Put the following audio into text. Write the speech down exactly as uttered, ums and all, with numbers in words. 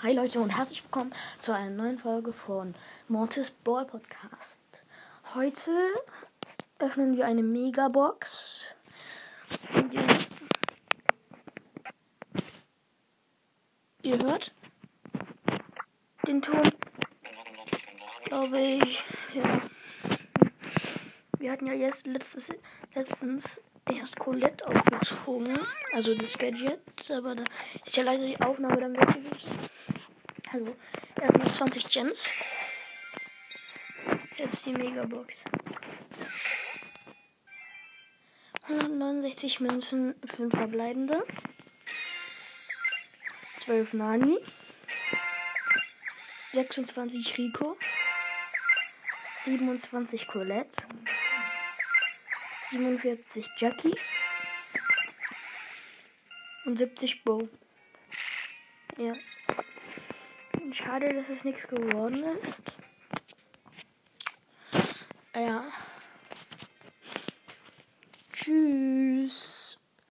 Hi Leute und herzlich willkommen zu einer neuen Folge von Mortis Ball Podcast. Heute öffnen wir eine Megabox. Und ihr, ihr hört den Ton, glaube ich. Ja. Wir hatten ja jetzt letztes, letztens erst Colette aufgezogen, also das Gadget, aber da ist ja leider die Aufnahme dann weg gewesen. Also erstmal zwanzig Gems. Jetzt die Megabox. hundertneunundsechzig Münzen, fünf verbleibende. zwölf Nani. sechsundzwanzig Rico. siebenundzwanzig Colette. siebenundvierzig Jackie. Und siebzig Bo. Ja. Schade, dass es nichts geworden ist. Ja. Tschüss.